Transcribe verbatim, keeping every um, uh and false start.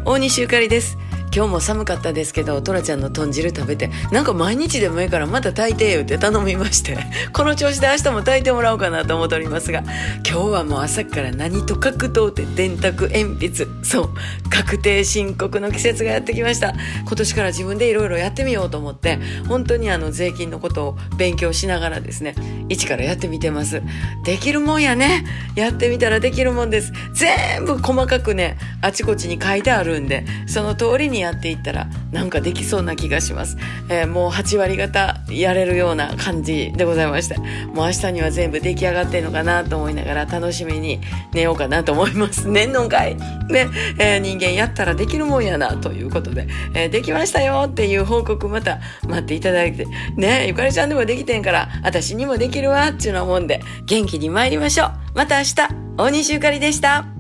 大西ゆかりです。今日も寒かったですけど、トラちゃんの豚汁食べて、なんか毎日でもいいからまた炊いてよって頼みまして、この調子で明日も炊いてもらおうかなと思っておりますが、今日はもう朝から何と格闘って電卓鉛筆、そう確定申告の季節がやってきました。今年から自分でいろいろやってみようと思って、本当にあの税金のことを勉強しながらですね、一からやってみてます。できるもんやね。やってみたらできるもんです。全部細かくね、あちこちに書いてあるんで、その通りにやっていったらなんかできそうな気がします。えー、もうはち割方やれるような感じでございまして、もう明日には全部出来上がってんのかなと思いながら楽しみに寝ようかなと思います。寝んのんかいね、えー、人間やったらできるもんやなということで、えー、できましたよっていう報告また待っていただいてね、ゆかりちゃんでもできてんから私にもできるわっていうようなもんで元気に参りましょう。また明日、大西ゆかりでした。